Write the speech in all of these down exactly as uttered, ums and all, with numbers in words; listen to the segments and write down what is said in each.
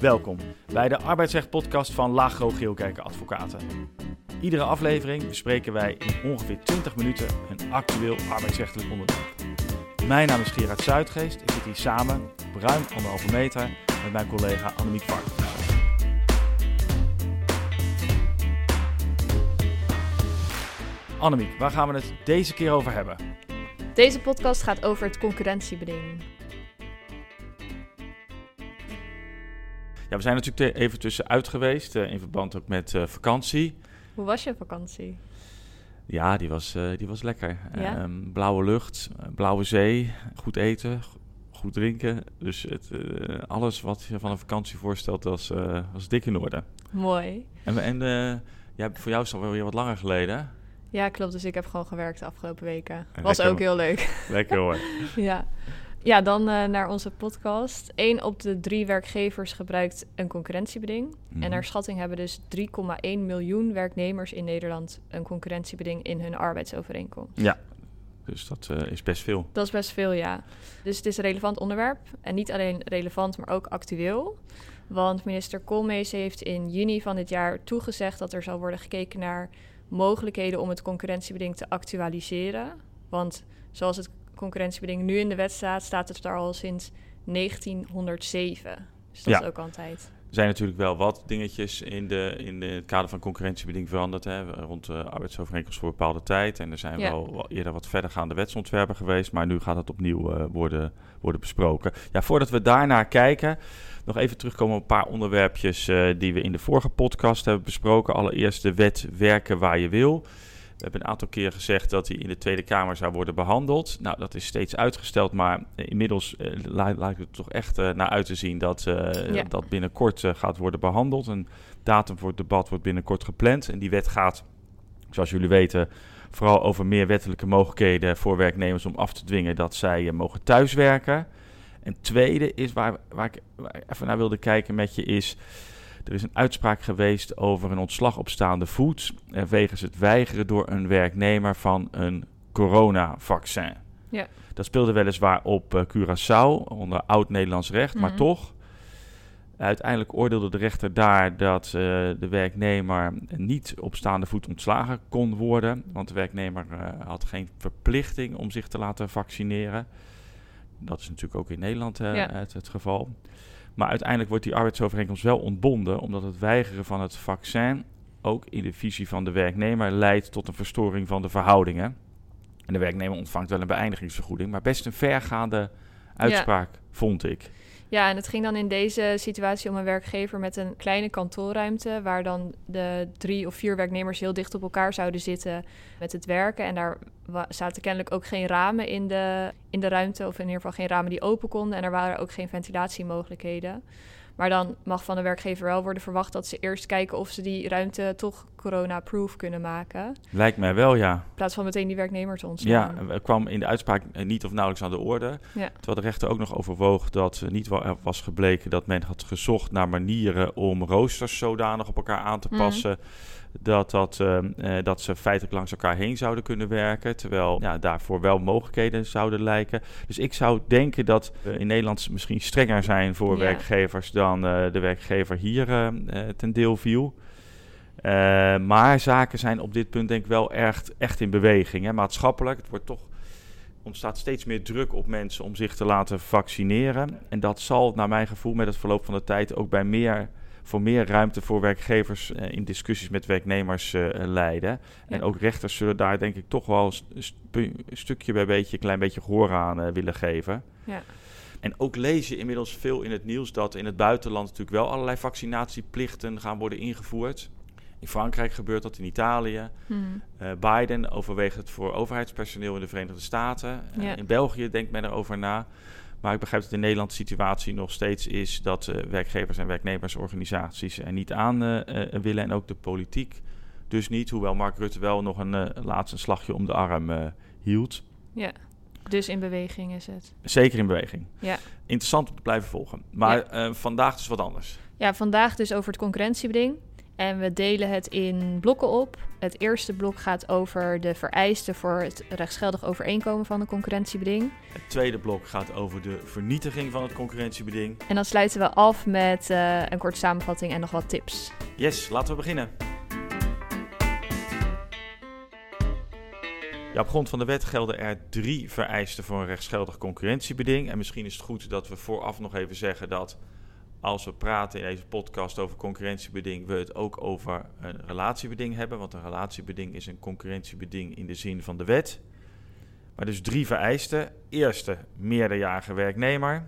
Welkom bij de arbeidsrecht-podcast van Lagro Geelkerken Advocaten. Iedere aflevering bespreken wij in ongeveer twintig minuten een actueel arbeidsrechtelijk onderwerp. Mijn naam is Gerard Zuidgeest. Ik zit hier samen op ruim anderhalve meter met mijn collega Annemiek Varkens. Annemiek, waar gaan we het deze keer over hebben? Deze podcast gaat over het concurrentiebeding. Ja, we zijn natuurlijk even tussenuit geweest, uh, in verband ook met uh, vakantie. Hoe was je vakantie? Ja, die was, uh, die was lekker. Ja? Um, blauwe lucht, uh, blauwe zee, goed eten, goed drinken. Dus het, uh, alles wat je van een vakantie voorstelt was, uh, was dik in orde. Mooi. En, en uh, ja, voor jou is het alweer wat langer geleden. Ja, klopt. Dus ik heb gewoon gewerkt de afgelopen weken. Lekker, was ook heel leuk. Lekker hoor. Ja. Ja, dan uh, naar onze podcast. Eén op de drie werkgevers gebruikt een concurrentiebeding. Mm-hmm. En naar schatting hebben dus drie komma één miljoen werknemers in Nederland een concurrentiebeding in hun arbeidsovereenkomst. Ja, dus dat uh, is best veel. Dat is best veel, ja. Dus het is een relevant onderwerp. En niet alleen relevant, maar ook actueel. Want minister Koolmees heeft in juni van dit jaar toegezegd dat er zal worden gekeken naar mogelijkheden om het concurrentiebeding te actualiseren. Want zoals het concurrentiebeding nu in de wet staat, staat het er al sinds negentienhonderdzeven. Dus dat ja. is ook al een tijd. Er zijn natuurlijk wel wat dingetjes in, de, in de, het kader van concurrentiebeding veranderd. Hè, rond de arbeidsovereenkomst voor bepaalde tijd. En er zijn ja. wel, wel eerder wat verdergaande wetsontwerpen geweest. Maar nu gaat het opnieuw uh, worden, worden besproken. Ja, voordat we daarnaar kijken, nog even terugkomen op een paar onderwerpjes uh, die we in de vorige podcast hebben besproken. Allereerst de wet werken waar je wil. We hebben een aantal keer gezegd dat die in de Tweede Kamer zou worden behandeld. Nou, dat is steeds uitgesteld, maar inmiddels uh, lijkt het er toch echt uh, naar uit te zien dat uh, ja. dat binnenkort uh, gaat worden behandeld. Een datum voor het debat wordt binnenkort gepland. En die wet gaat, zoals jullie weten, vooral over meer wettelijke mogelijkheden voor werknemers om af te dwingen dat zij uh, mogen thuiswerken. En tweede is, waar, waar ik waar ik even naar wilde kijken met je, is er is een uitspraak geweest over een ontslag op staande voet eh, wegens het weigeren door een werknemer van een coronavaccin. Ja. Dat speelde weliswaar op uh, Curaçao onder oud-Nederlands recht, mm-hmm. maar toch. Uiteindelijk oordeelde de rechter daar dat uh, de werknemer niet op staande voet ontslagen kon worden, want de werknemer uh, had geen verplichting om zich te laten vaccineren. Dat is natuurlijk ook in Nederland uh, ja. het, het geval. Maar uiteindelijk wordt die arbeidsovereenkomst wel ontbonden, omdat het weigeren van het vaccin ook in de visie van de werknemer leidt tot een verstoring van de verhoudingen. En de werknemer ontvangt wel een beëindigingsvergoeding, maar best een vergaande uitspraak, ja. vond ik. Ja, en het ging dan in deze situatie om een werkgever met een kleine kantoorruimte, waar dan de drie of vier werknemers heel dicht op elkaar zouden zitten met het werken. En daar wa- zaten kennelijk ook geen ramen in de, in de ruimte, of in ieder geval geen ramen die open konden. En er waren ook geen ventilatiemogelijkheden. Maar dan mag van de werkgever wel worden verwacht dat ze eerst kijken of ze die ruimte toch corona-proof kunnen maken. Lijkt mij wel, ja. In plaats van meteen die werknemer te ontslaan. Ja, er kwam in de uitspraak niet of nauwelijks aan de orde. Ja. Terwijl de rechter ook nog overwoog dat niet was gebleken dat men had gezocht naar manieren om roosters zodanig op elkaar aan te passen, mm-hmm. dat, dat, uh, uh, dat ze feitelijk langs elkaar heen zouden kunnen werken. Terwijl ja, daarvoor wel mogelijkheden zouden lijken. Dus ik zou denken dat we in Nederland misschien strenger zijn voor ja. werkgevers dan uh, de werkgever hier uh, uh, ten deel viel. Uh, maar zaken zijn op dit punt denk ik wel echt, echt in beweging. Hè? Maatschappelijk, het wordt toch, ontstaat steeds meer druk op mensen om zich te laten vaccineren. En dat zal naar mijn gevoel met het verloop van de tijd ook bij meer, voor meer ruimte voor werkgevers uh, in discussies met werknemers uh, leiden. Ja. En ook rechters zullen daar denk ik toch wel een, sp- een stukje bij beetje, een klein beetje gehoor aan uh, willen geven. Ja. En ook lees je inmiddels veel in het nieuws dat in het buitenland natuurlijk wel allerlei vaccinatieplichten gaan worden ingevoerd. In Frankrijk gebeurt dat, in Italië. Hmm. Uh, Biden overweegt het voor overheidspersoneel in de Verenigde Staten. Uh, ja. In België denkt men erover na. Maar ik begrijp dat de Nederlandse situatie nog steeds is dat uh, werkgevers en werknemersorganisaties er niet aan uh, uh, willen. En ook de politiek dus niet. Hoewel Mark Rutte wel nog een uh, laatste slagje om de arm uh, hield. Ja, dus in beweging is het. Zeker in beweging. Ja. Interessant om te blijven volgen. Maar ja. uh, vandaag dus wat anders. Ja, vandaag dus over het concurrentiebeding. En we delen het in blokken op. Het eerste blok gaat over de vereisten voor het rechtsgeldig overeenkomen van een concurrentiebeding. Het tweede blok gaat over de vernietiging van het concurrentiebeding. En dan sluiten we af met uh, een korte samenvatting en nog wat tips. Yes, laten we beginnen. Ja, op grond van de wet gelden er drie vereisten voor een rechtsgeldig concurrentiebeding. En misschien is het goed dat we vooraf nog even zeggen dat als we praten in deze podcast over concurrentiebeding, we het ook over een relatiebeding hebben. Want een relatiebeding is een concurrentiebeding in de zin van de wet. Maar dus drie vereisten. Eerste, meerderjarige werknemer.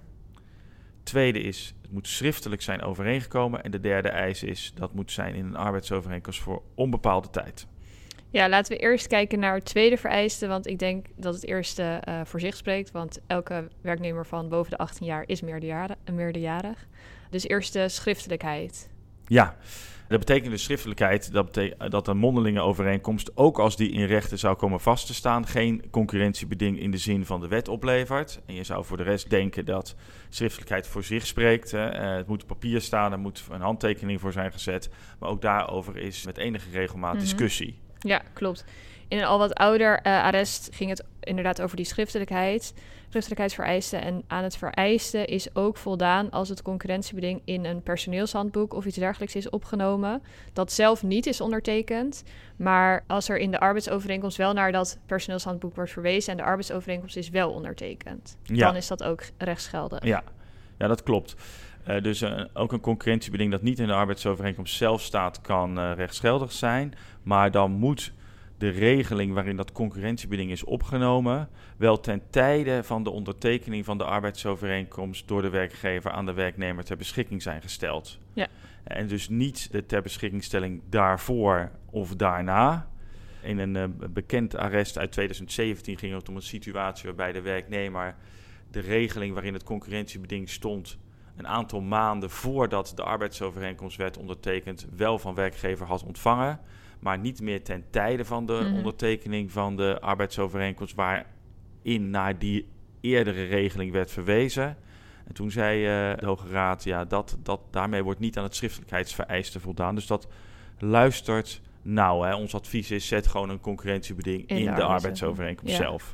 Tweede is, het moet schriftelijk zijn overeengekomen. En de derde eis is, dat moet zijn in een arbeidsovereenkomst voor onbepaalde tijd. Ja, laten we eerst kijken naar het tweede vereiste, want ik denk dat het eerste uh, voor zich spreekt. Want elke werknemer van boven de achttien jaar is meerderjarig. meerderjarig. Dus eerst de schriftelijkheid. Ja, dat betekent de schriftelijkheid dat, betekent dat een mondelinge overeenkomst, ook als die in rechten zou komen vast te staan, geen concurrentiebeding in de zin van de wet oplevert. En je zou voor de rest denken dat schriftelijkheid voor zich spreekt. Hè. Uh, het moet op papier staan, er moet een handtekening voor zijn gezet. Maar ook daarover is met enige regelmaat mm-hmm. discussie. Ja, klopt. In een al wat ouder uh, arrest ging het inderdaad over die schriftelijkheid, schriftelijkheidsvereisten. En aan het vereisten is ook voldaan als het concurrentiebeding in een personeelshandboek of iets dergelijks is opgenomen, dat zelf niet is ondertekend. Maar als er in de arbeidsovereenkomst wel naar dat personeelshandboek wordt verwezen en de arbeidsovereenkomst is wel ondertekend, ja. dan is dat ook rechtsgeldig. Ja, ja dat klopt. Uh, dus uh, ook een concurrentiebeding dat niet in de arbeidsovereenkomst zelf staat, kan uh, rechtsgeldig zijn. Maar dan moet de regeling waarin dat concurrentiebeding is opgenomen wel ten tijde van de ondertekening van de arbeidsovereenkomst door de werkgever aan de werknemer ter beschikking zijn gesteld. Ja. En dus niet de ter beschikkingstelling daarvoor of daarna. In een uh, bekend arrest uit twintig zeventien ging het om een situatie waarbij de werknemer de regeling waarin het concurrentiebeding stond een aantal maanden voordat de arbeidsovereenkomst werd ondertekend wel van werkgever had ontvangen, maar niet meer ten tijde van de mm-hmm. ondertekening van de arbeidsovereenkomst waarin naar die eerdere regeling werd verwezen. En toen zei uh, de Hoge Raad, ja, dat, dat, daarmee wordt niet aan het schriftelijkheidsvereiste voldaan. Dus dat luistert nauw. Hè. Ons advies is, zet gewoon een concurrentiebeding in, in de, de arbeidsovereenkomst ja. zelf.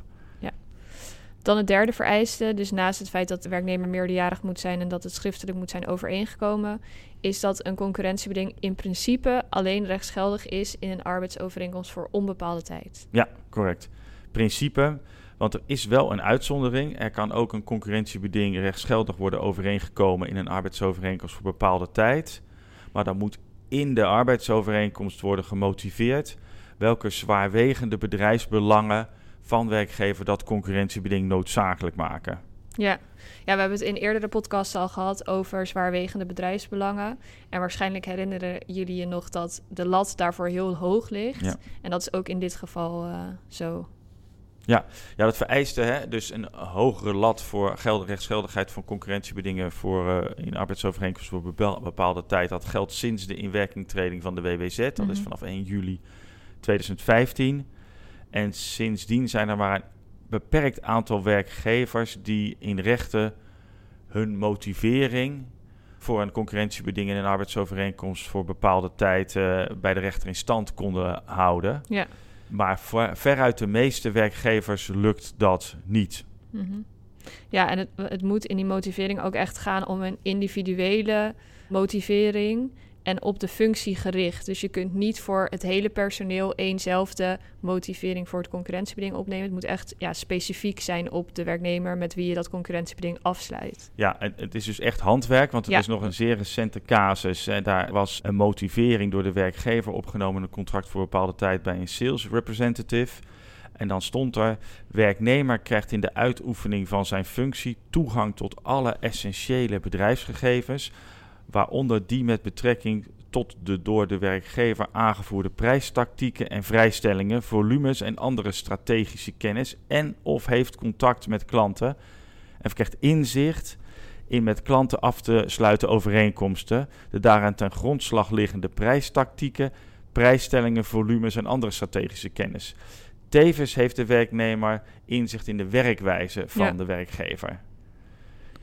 Dan het derde vereiste, dus naast het feit dat de werknemer meerderjarig moet zijn en dat het schriftelijk moet zijn overeengekomen, is dat een concurrentiebeding in principe alleen rechtsgeldig is in een arbeidsovereenkomst voor onbepaalde tijd. Ja, correct. Principe, want er is wel een uitzondering. Er kan ook een concurrentiebeding rechtsgeldig worden overeengekomen in een arbeidsovereenkomst voor bepaalde tijd. Maar dan moet in de arbeidsovereenkomst worden gemotiveerd welke zwaarwegende bedrijfsbelangen van werkgever dat concurrentiebeding noodzakelijk maken. Ja. ja, we hebben het in eerdere podcasts al gehad over zwaarwegende bedrijfsbelangen. En waarschijnlijk herinneren jullie je nog dat de lat daarvoor heel hoog ligt. Ja. En dat is ook in dit geval uh, zo. Ja, ja, dat vereiste hè, dus een hogere lat voor geld, rechtsgeldigheid van concurrentiebedingen voor uh, in arbeidsovereenkomst voor bepaal, bepaalde tijd. Dat geldt sinds de inwerkingtreding van de W W Z. Dat mm-hmm. is vanaf één juli tweeduizend vijftien. En sindsdien zijn er maar een beperkt aantal werkgevers die in rechten hun motivering voor een concurrentiebeding in een arbeidsovereenkomst voor bepaalde tijd uh, bij de rechter in stand konden houden. Ja. Maar voor, veruit de meeste werkgevers lukt dat niet. Mm-hmm. Ja, en het, het moet in die motivering ook echt gaan om een individuele motivering en op de functie gericht. Dus je kunt niet voor het hele personeel eenzelfde motivering voor het concurrentiebeding opnemen. Het moet echt ja, specifiek zijn op de werknemer met wie je dat concurrentiebeding afsluit. Ja, en het is dus echt handwerk, want het ja. is nog een zeer recente casus. En daar was een motivering door de werkgever opgenomen in een contract voor een bepaalde tijd bij een sales representative. En dan stond er, werknemer krijgt in de uitoefening van zijn functie toegang tot alle essentiële bedrijfsgegevens, waaronder die met betrekking tot de door de werkgever aangevoerde prijstactieken en vrijstellingen, volumes en andere strategische kennis en of heeft contact met klanten en krijgt inzicht in met klanten af te sluiten overeenkomsten, de daaraan ten grondslag liggende prijstactieken, prijsstellingen, volumes en andere strategische kennis. Tevens heeft de werknemer inzicht in de werkwijze van ja. de werkgever.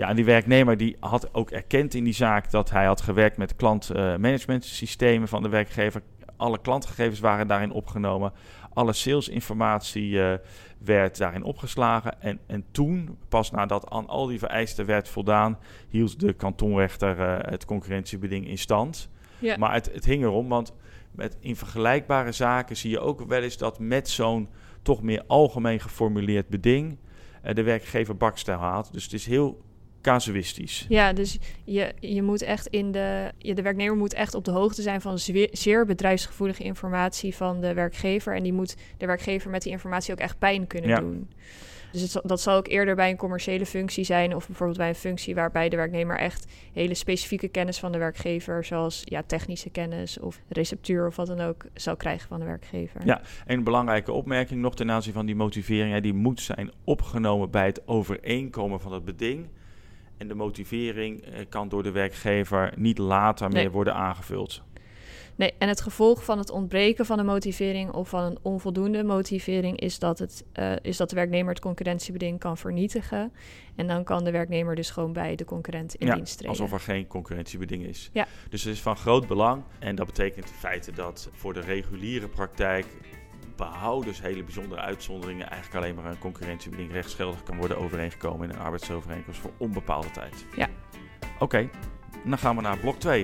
Ja, en die werknemer die had ook erkend in die zaak dat hij had gewerkt met klantmanagementsystemen uh, van de werkgever. Alle klantgegevens waren daarin opgenomen. Alle salesinformatie uh, werd daarin opgeslagen. En, en toen, pas nadat aan al die vereisten werd voldaan, hield de kantonrechter uh, het concurrentiebeding in stand. Ja. Maar het, het hing erom, want met, in vergelijkbare zaken zie je ook wel eens dat met zo'n toch meer algemeen geformuleerd beding uh, de werkgever bakstijl haalt. Dus het is heel casuïstisch. Ja, dus je, je moet echt in de... Je, de werknemer moet echt op de hoogte zijn van zeer, zeer bedrijfsgevoelige informatie van de werkgever. En die moet de werkgever met die informatie ook echt pijn kunnen ja. doen. Dus het, dat zal ook eerder bij een commerciële functie zijn, of bijvoorbeeld bij een functie waarbij de werknemer echt hele specifieke kennis van de werkgever, zoals ja, technische kennis of receptuur of wat dan ook, zal krijgen van de werkgever. Ja, en een belangrijke opmerking nog ten aanzien van die motivering, hè, die moet zijn opgenomen bij het overeenkomen van het beding. En de motivering eh, kan door de werkgever niet later nee. meer worden aangevuld. Nee, en het gevolg van het ontbreken van een motivering of van een onvoldoende motivering is dat, het, uh, is dat de werknemer het concurrentiebeding kan vernietigen. En dan kan de werknemer dus gewoon bij de concurrent in ja, dienst treden. Alsof er geen concurrentiebeding is. Ja. Dus het is van groot belang. En dat betekent in feite dat voor de reguliere praktijk, behoudens hele bijzondere uitzonderingen, eigenlijk alleen maar een concurrentiebeding rechtsgeldig kan worden overeengekomen in een arbeidsovereenkomst voor onbepaalde tijd. Ja. Oké, okay, dan gaan we naar blok twee.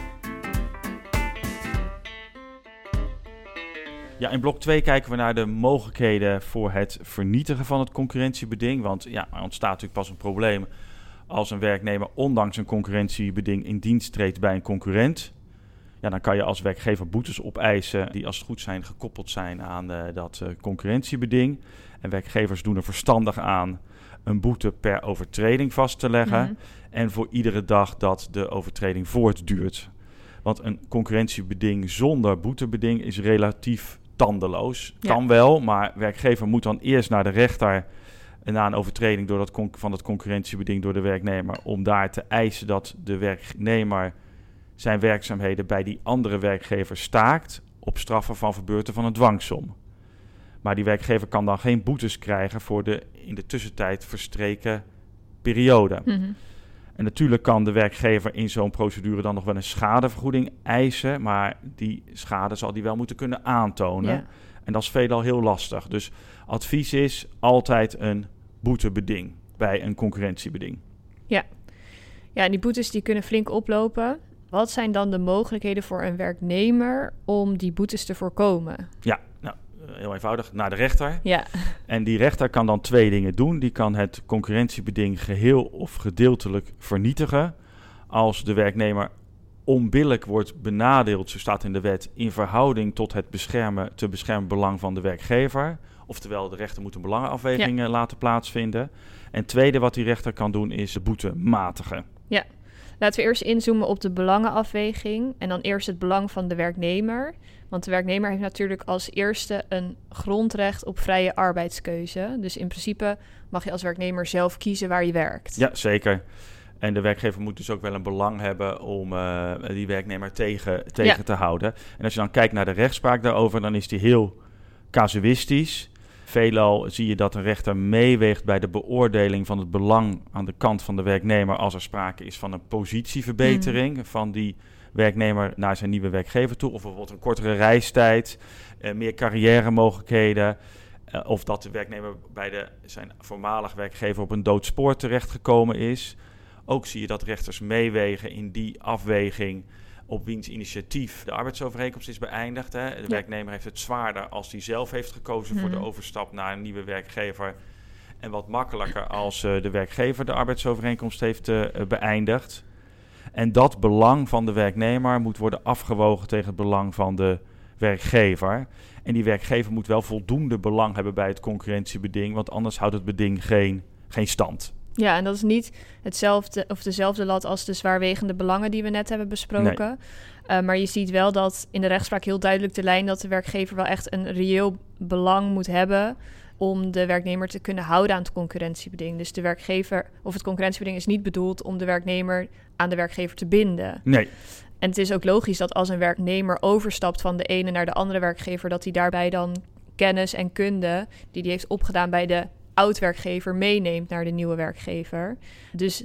Ja, in blok twee kijken we naar de mogelijkheden voor het vernietigen van het concurrentiebeding. Want ja, er ontstaat natuurlijk pas een probleem als een werknemer ondanks een concurrentiebeding in dienst treedt bij een concurrent. Ja, dan kan je als werkgever boetes opeisen die als het goed zijn gekoppeld zijn aan uh, dat uh, concurrentiebeding. En werkgevers doen er verstandig aan een boete per overtreding vast te leggen. Mm-hmm. En voor iedere dag dat de overtreding voortduurt. Want een concurrentiebeding zonder boetebeding is relatief tandeloos. Ja. Kan wel, maar werkgever moet dan eerst naar de rechter na een overtreding door dat con- van het concurrentiebeding door de werknemer, om daar te eisen dat de werknemer zijn werkzaamheden bij die andere werkgever staakt op straffen van verbeurten van een dwangsom. Maar die werkgever kan dan geen boetes krijgen voor de in de tussentijd verstreken periode. Mm-hmm. En natuurlijk kan de werkgever in zo'n procedure dan nog wel een schadevergoeding eisen, maar die schade zal die wel moeten kunnen aantonen. Ja. En dat is veelal heel lastig. Dus advies is altijd een boetebeding bij een concurrentiebeding. Ja, ja en die boetes die kunnen flink oplopen. Wat zijn dan de mogelijkheden voor een werknemer om die boetes te voorkomen? Ja, nou, heel eenvoudig, naar de rechter. Ja. En die rechter kan dan twee dingen doen. Die kan het concurrentiebeding geheel of gedeeltelijk vernietigen als de werknemer onbillijk wordt benadeeld, zo staat in de wet, in verhouding tot het beschermen, te beschermen belang van de werkgever. Oftewel, de rechter moet een belangenafweging ja. laten plaatsvinden. En tweede wat die rechter kan doen is de boete matigen. Ja. Laten we eerst inzoomen op de belangenafweging en dan eerst het belang van de werknemer. Want de werknemer heeft natuurlijk als eerste een grondrecht op vrije arbeidskeuze. Dus in principe mag je als werknemer zelf kiezen waar je werkt. Ja, zeker. En de werkgever moet dus ook wel een belang hebben om uh, die werknemer tegen, tegen ja. te houden. En als je dan kijkt naar de rechtspraak daarover, dan is die heel casuïstisch. Veelal zie je dat een rechter meeweegt bij de beoordeling van het belang aan de kant van de werknemer als er sprake is van een positieverbetering mm. van die werknemer naar zijn nieuwe werkgever toe. Of bijvoorbeeld een kortere reistijd, uh, meer carrière-mogelijkheden. Uh, of dat de werknemer bij de, zijn voormalig werkgever op een dood spoor terechtgekomen is. Ook zie je dat rechters meewegen in die afweging op wiens initiatief de arbeidsovereenkomst is beëindigd. Hè. De ja. werknemer heeft het zwaarder als hij zelf heeft gekozen mm-hmm. voor de overstap naar een nieuwe werkgever. En wat makkelijker als uh, de werkgever de arbeidsovereenkomst heeft uh, beëindigd. En dat belang van de werknemer moet worden afgewogen tegen het belang van de werkgever. En die werkgever moet wel voldoende belang hebben bij het concurrentiebeding, want anders houdt het beding geen, geen stand. Ja, en dat is niet hetzelfde of dezelfde lat als de zwaarwegende belangen die we net hebben besproken. Nee. Uh, maar je ziet wel dat in de rechtspraak heel duidelijk de lijn dat de werkgever wel echt een reëel belang moet hebben om de werknemer te kunnen houden aan het concurrentiebeding. Dus de werkgever of het concurrentiebeding is niet bedoeld om de werknemer aan de werkgever te binden. Nee. En het is ook logisch dat als een werknemer overstapt van de ene naar de andere werkgever, dat hij daarbij dan kennis en kunde die hij heeft opgedaan bij de oud-werkgever meeneemt naar de nieuwe werkgever. Dus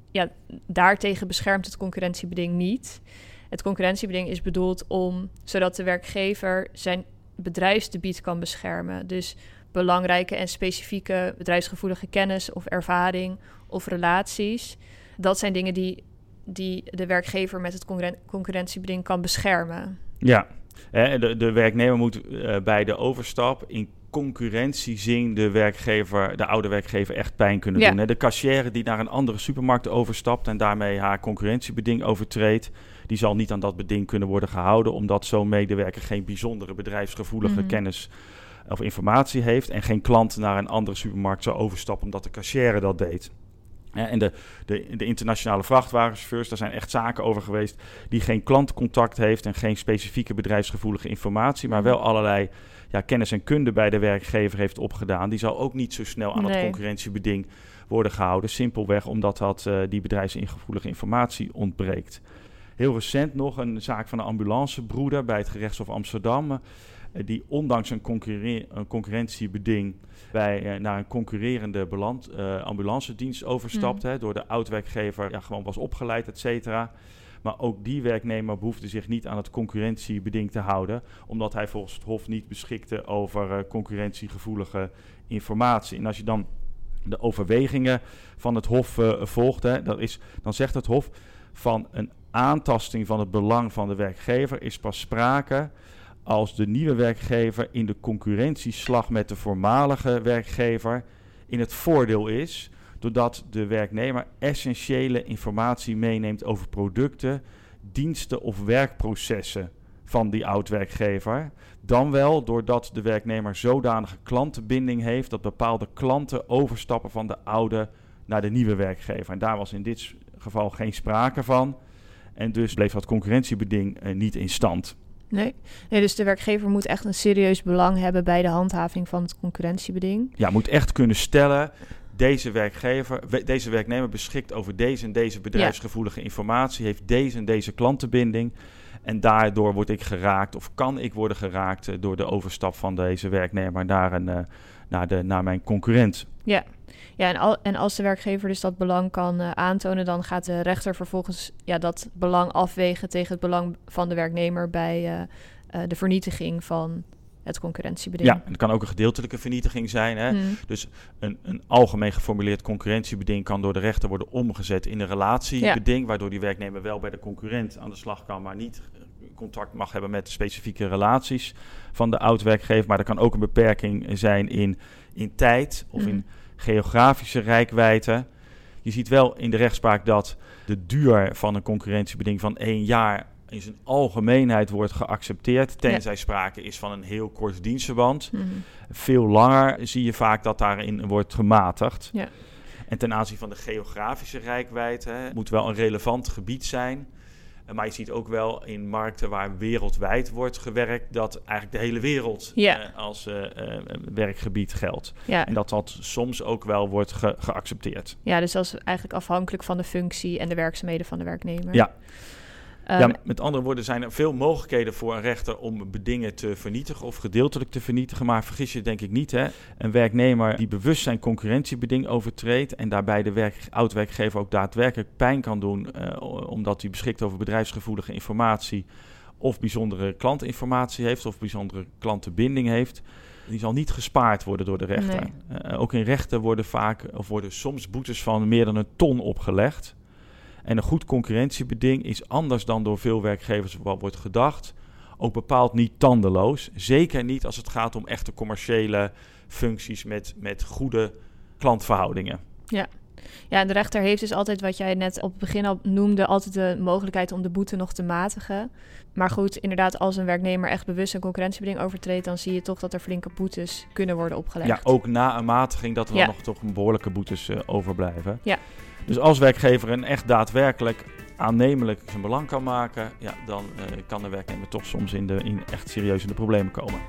ja, daartegen beschermt het concurrentiebeding niet. Het concurrentiebeding is bedoeld om, zodat de werkgever zijn bedrijfsdebiet kan beschermen. Dus belangrijke en specifieke bedrijfsgevoelige kennis of ervaring of relaties. Dat zijn dingen die, die de werkgever met het concurren- concurrentiebeding kan beschermen. Ja, de, de werknemer moet uh, bij de overstap in concurrentie zien de werkgever, de oude werkgever echt pijn kunnen ja. doen. Hè? De kassière die naar een andere supermarkt overstapt en daarmee haar concurrentiebeding overtreedt, die zal niet aan dat beding kunnen worden gehouden, omdat zo'n medewerker geen bijzondere bedrijfsgevoelige mm-hmm. kennis of informatie heeft en geen klant naar een andere supermarkt zou overstappen omdat de kassière dat deed. Ja, en de, de, de internationale vrachtwagenchauffeurs, daar zijn echt zaken over geweest die geen klantcontact heeft en geen specifieke bedrijfsgevoelige informatie, maar wel allerlei ja, kennis en kunde bij de werkgever heeft opgedaan. Die zal ook niet zo snel aan nee. het concurrentiebeding worden gehouden, simpelweg omdat dat, uh, die bedrijfsgevoelige informatie ontbreekt. Heel recent nog een zaak van een ambulancebroeder bij het gerechtshof Amsterdam, uh, die ondanks een, concurre- een concurrentiebeding bij, uh, naar een concurrerende beland, uh, ambulancedienst overstapt, mm. hè, door de oud-werkgever ja, gewoon was opgeleid, et cetera. Maar ook die werknemer behoefde zich niet aan het concurrentiebeding te houden, omdat hij volgens het Hof niet beschikte over uh, concurrentiegevoelige informatie. En als je dan de overwegingen van het Hof uh, volgt, hè, dat is, dan zegt het Hof van een aantasting van het belang van de werkgever is pas sprake als de nieuwe werkgever in de concurrentieslag met de voormalige werkgever in het voordeel is, doordat de werknemer essentiële informatie meeneemt over producten, diensten of werkprocessen van die oud-werkgever. Dan wel doordat de werknemer zodanige klantenbinding heeft dat bepaalde klanten overstappen van de oude naar de nieuwe werkgever. En daar was in dit geval geen sprake van. En dus bleef dat concurrentiebeding uh, niet in stand. Nee. nee, dus de werkgever moet echt een serieus belang hebben bij de handhaving van het concurrentiebeding. Ja, moet echt kunnen stellen, deze werkgever, we, deze werknemer beschikt over deze en deze bedrijfsgevoelige ja. informatie, heeft deze en deze klantenbinding. En daardoor word ik geraakt of kan ik worden geraakt uh, door de overstap van deze werknemer naar, een, uh, naar, de, naar mijn concurrent. Ja, ja en, al, en als de werkgever dus dat belang kan uh, aantonen, dan gaat de rechter vervolgens ja, dat belang afwegen tegen het belang van de werknemer bij uh, uh, de vernietiging van het concurrentiebeding. Ja, en het kan ook een gedeeltelijke vernietiging zijn. Hè? Hmm. Dus een, een algemeen geformuleerd concurrentiebeding kan door de rechter worden omgezet in een relatiebeding, ja. waardoor die werknemer wel bij de concurrent aan de slag kan, maar niet contact mag hebben met specifieke relaties van de oud-werkgever. Maar er kan ook een beperking zijn in, in tijd of hmm. in geografische reikwijdte. Je ziet wel in de rechtspraak dat de duur van een concurrentiebeding van één jaar in zijn algemeenheid wordt geaccepteerd, tenzij ja. sprake is van een heel kort dienstverband. Mm-hmm. Veel langer zie je vaak dat daarin wordt gematigd. Ja. En ten aanzien van de geografische reikwijdte hè, moet wel een relevant gebied zijn. Maar je ziet ook wel in markten waar wereldwijd wordt gewerkt, dat eigenlijk de hele wereld ja. uh, als uh, uh, werkgebied geldt. Ja. En dat dat soms ook wel wordt ge- geaccepteerd. Ja, dus dat is eigenlijk afhankelijk van de functie en de werkzaamheden van de werknemer. Ja. Um, ja, met andere woorden zijn er veel mogelijkheden voor een rechter om bedingen te vernietigen of gedeeltelijk te vernietigen. Maar vergis je denk ik niet, hè. Een werknemer die bewust zijn concurrentiebeding overtreedt en daarbij de werk, oud-werkgever ook daadwerkelijk pijn kan doen, uh, omdat hij beschikt over bedrijfsgevoelige informatie of bijzondere klantinformatie heeft of bijzondere klantenbinding heeft, die zal niet gespaard worden door de rechter. Nee. Uh, ook in rechten worden vaak of worden soms boetes van meer dan een ton opgelegd. En een goed concurrentiebeding is anders dan door veel werkgevers wat wordt gedacht ook bepaald niet tandeloos. Zeker niet als het gaat om echte commerciële functies met, met goede klantverhoudingen. Ja. ja, en de rechter heeft dus altijd, wat jij net op het begin al noemde, altijd de mogelijkheid om de boete nog te matigen. Maar goed, inderdaad, als een werknemer echt bewust een concurrentiebeding overtreedt, dan zie je toch dat er flinke boetes kunnen worden opgelegd. Ja, ook na een matiging dat er ja. dan nog toch een behoorlijke boetes uh, overblijven. Ja. Dus als werkgever een echt daadwerkelijk aannemelijk zijn belang kan maken, ja, dan uh, kan de werknemer toch soms in, de, in echt serieus in de problemen komen.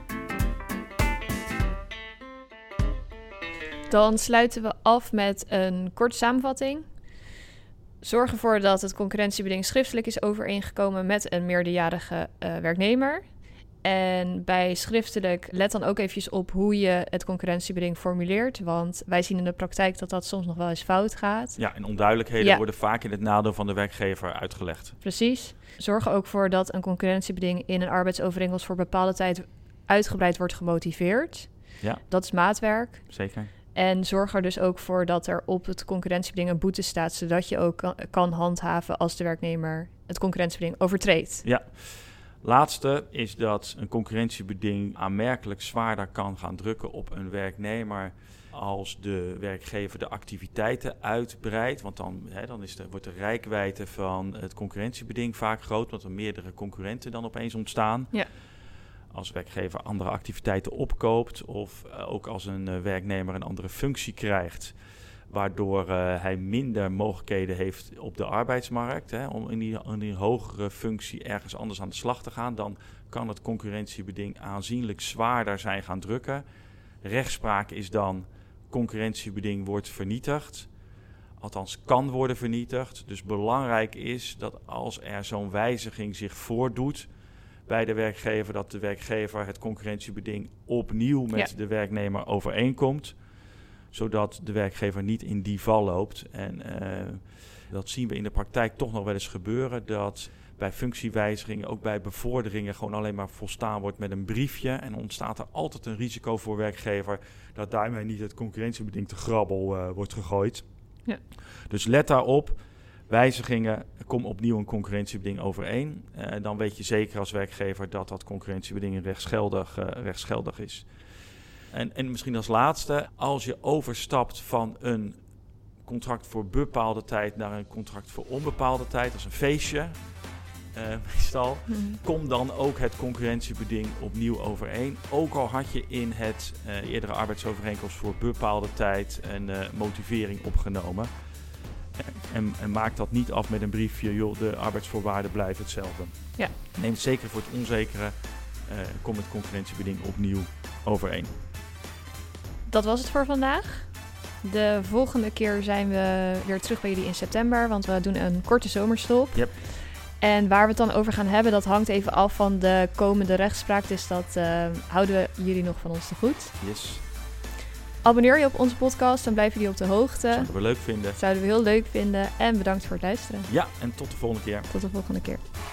Dan sluiten we af met een korte samenvatting. Zorg ervoor dat het concurrentiebeding schriftelijk is overeengekomen met een meerderjarige uh, werknemer. En bij schriftelijk, let dan ook eventjes op hoe je het concurrentiebeding formuleert. Want wij zien in de praktijk dat dat soms nog wel eens fout gaat. Ja, en onduidelijkheden ja. worden vaak in het nadeel van de werkgever uitgelegd. Precies. Zorg er ook voor dat een concurrentiebeding in een arbeidsovereenkomst voor bepaalde tijd uitgebreid wordt gemotiveerd. Ja. Dat is maatwerk. Zeker. En zorg er dus ook voor dat er op het concurrentiebeding een boete staat, zodat je ook kan, kan handhaven als de werknemer het concurrentiebeding overtreedt. Ja. Laatste is dat een concurrentiebeding aanmerkelijk zwaarder kan gaan drukken op een werknemer als de werkgever de activiteiten uitbreidt. Want dan, hè, dan is de, wordt de reikwijdte van het concurrentiebeding vaak groot, omdat er meerdere concurrenten dan opeens ontstaan. Ja. Als werkgever andere activiteiten opkoopt of uh, ook als een uh, werknemer een andere functie krijgt, waardoor uh, hij minder mogelijkheden heeft op de arbeidsmarkt, hè, om in die, in die hogere functie ergens anders aan de slag te gaan, dan kan het concurrentiebeding aanzienlijk zwaarder zijn gaan drukken. Rechtspraak is dan, concurrentiebeding wordt vernietigd, althans kan worden vernietigd. Dus belangrijk is dat als er zo'n wijziging zich voordoet bij de werkgever, dat de werkgever het concurrentiebeding opnieuw met ja. de werknemer overeenkomt, zodat de werkgever niet in die val loopt. En uh, dat zien we in de praktijk toch nog wel eens gebeuren, dat bij functiewijzigingen, ook bij bevorderingen, gewoon alleen maar volstaan wordt met een briefje. En ontstaat er altijd een risico voor werkgever dat daarmee niet het concurrentiebeding te grabbel uh, wordt gegooid. Ja. Dus let daarop. Wijzigingen, kom opnieuw een concurrentiebeding overeen. Uh, dan weet je zeker als werkgever dat dat concurrentiebeding rechtsgeldig, uh, rechtsgeldig is. En, en misschien als laatste, als je overstapt van een contract voor bepaalde tijd naar een contract voor onbepaalde tijd, als een feestje uh, meestal, hmm. kom dan ook het concurrentiebeding opnieuw overeen. Ook al had je in het uh, eerdere arbeidsovereenkomst voor bepaalde tijd een uh, motivering opgenomen. En, en maak dat niet af met een briefje, joh, de arbeidsvoorwaarden blijven hetzelfde. Ja. Neem het zeker voor het onzekere, uh, kom het concurrentiebeding opnieuw overeen. Dat was het voor vandaag. De volgende keer zijn we weer terug bij jullie in september, want we doen een korte zomerstop. Yep. En waar we het dan over gaan hebben, dat hangt even af van de komende rechtspraak. Dus dat uh, houden we jullie nog van ons te goed. Yes. Abonneer je op onze podcast, dan blijven jullie op de hoogte. Zouden we leuk vinden. Zouden we heel leuk vinden. En bedankt voor het luisteren. Ja, en tot de volgende keer. Tot de volgende keer.